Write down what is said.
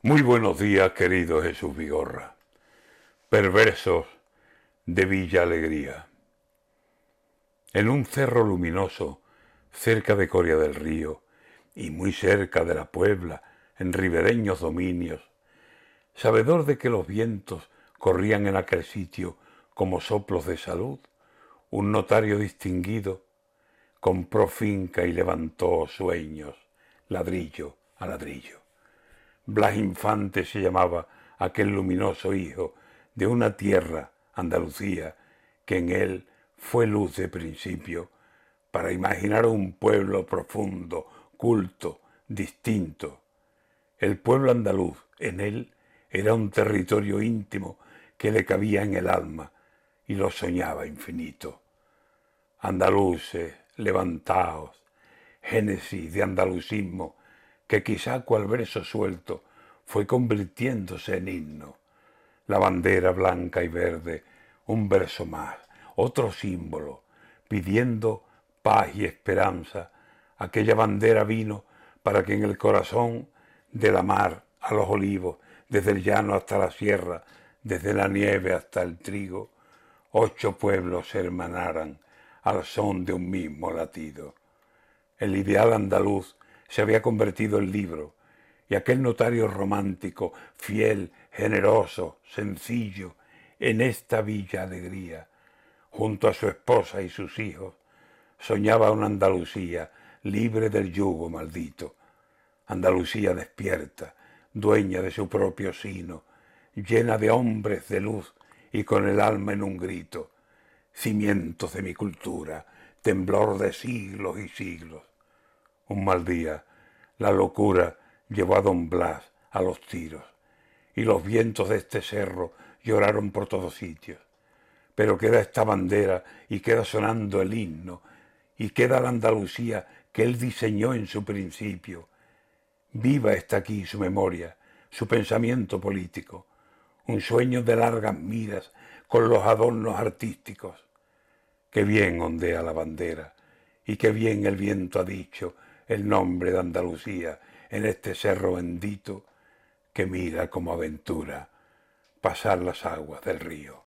Muy buenos días, querido Jesús Vigorra. Perversos de Villa Alegría. En un cerro luminoso, cerca de Coria del Río, y muy cerca de la Puebla, en ribereños dominios, sabedor de que los vientos corrían en aquel sitio como soplos de salud, un notario distinguido compró finca y levantó sueños, ladrillo a ladrillo. Blas Infante se llamaba aquel luminoso hijo de una tierra, Andalucía, que en él fue luz de principio, para imaginar un pueblo profundo, culto, distinto. El pueblo andaluz, en él, era un territorio íntimo que le cabía en el alma y lo soñaba infinito. Andaluces, levantaos, génesis de andalucismo, que quizá cual verso suelto fue convirtiéndose en himno. La bandera blanca y verde, un verso más, otro símbolo, pidiendo paz y esperanza. Aquella bandera vino para que en el corazón de la mar a los olivos, desde el llano hasta la sierra, desde la nieve hasta el trigo, 8 pueblos se hermanaran al son de un mismo latido. El ideal andaluz se había convertido en libro, y aquel notario romántico, fiel, generoso, sencillo, en esta Villa Alegría, junto a su esposa y sus hijos, soñaba una Andalucía libre del yugo maldito. Andalucía despierta, dueña de su propio sino, llena de hombres de luz y con el alma en un grito. Cimientos de mi cultura, temblor de siglos y siglos. Un mal día, la locura llevó a don Blas a los tiros, y los vientos de este cerro lloraron por todos sitios. Pero queda esta bandera y queda sonando el himno, y queda la Andalucía que él diseñó en su principio. Viva está aquí su memoria, su pensamiento político, un sueño de largas miras con los adornos artísticos. Qué bien ondea la bandera, y qué bien el viento ha dicho el nombre de Andalucía en este cerro bendito que mira como aventura pasar las aguas del río.